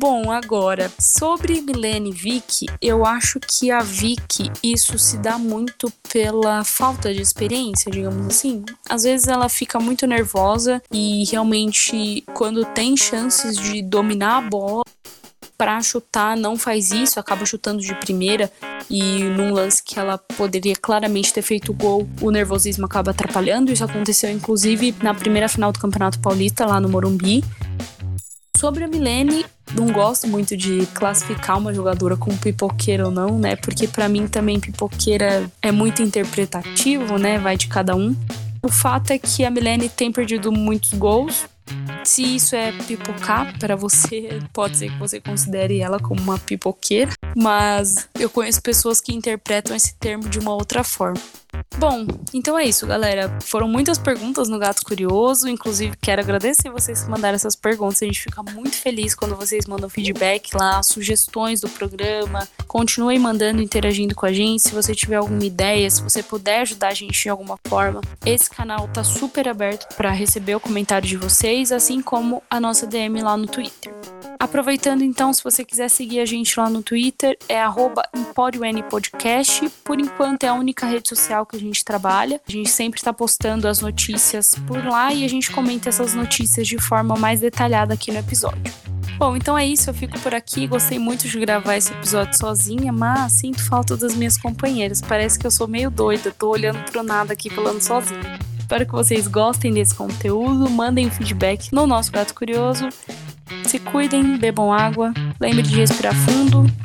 [SPEAKER 4] Bom, agora, sobre Milene e Vicky, eu acho que a Vicky, isso se dá muito pela falta de experiência, digamos assim. Às vezes ela fica muito nervosa e realmente, quando tem chances de dominar a bola para chutar, não faz isso, acaba chutando de primeira e num lance que ela poderia claramente ter feito o gol, o nervosismo acaba atrapalhando. Isso aconteceu inclusive na primeira final do Campeonato Paulista, lá no Morumbi. Sobre a Milene, não gosto muito de classificar uma jogadora como pipoqueira ou não, né? Porque pra mim também pipoqueira é muito interpretativo, né? Vai de cada um. O fato é que a Milene tem perdido muitos gols. Se isso é pipocar para você, pode ser que você considere ela como uma pipoqueira, mas eu conheço pessoas que interpretam esse termo de uma outra forma. Bom, então é isso, galera. Foram muitas perguntas no Gato Curioso. Inclusive, quero agradecer vocês que mandaram essas perguntas. A gente fica muito feliz quando vocês mandam feedback lá, sugestões do programa. Continuem mandando, interagindo com a gente. Se você tiver alguma ideia, se você puder ajudar a gente de alguma forma, esse canal tá super aberto para receber o comentário de vocês, assim como a nossa D M lá no Twitter. Aproveitando então, se você quiser seguir a gente lá no Twitter, é arroba EmpórioNPodcast. Por enquanto é a única rede social que a gente trabalha. A gente sempre está postando as notícias por lá e a gente comenta essas notícias de forma mais detalhada aqui no episódio. Bom, então é isso, eu fico por aqui. Gostei muito de gravar esse episódio sozinha, mas sinto falta das minhas companheiras. Parece que eu sou meio doida, tô olhando pro nada aqui falando sozinha. Espero que vocês gostem desse conteúdo, mandem um feedback no nosso Gato Curioso. Se cuidem, bebam água, lembre de respirar fundo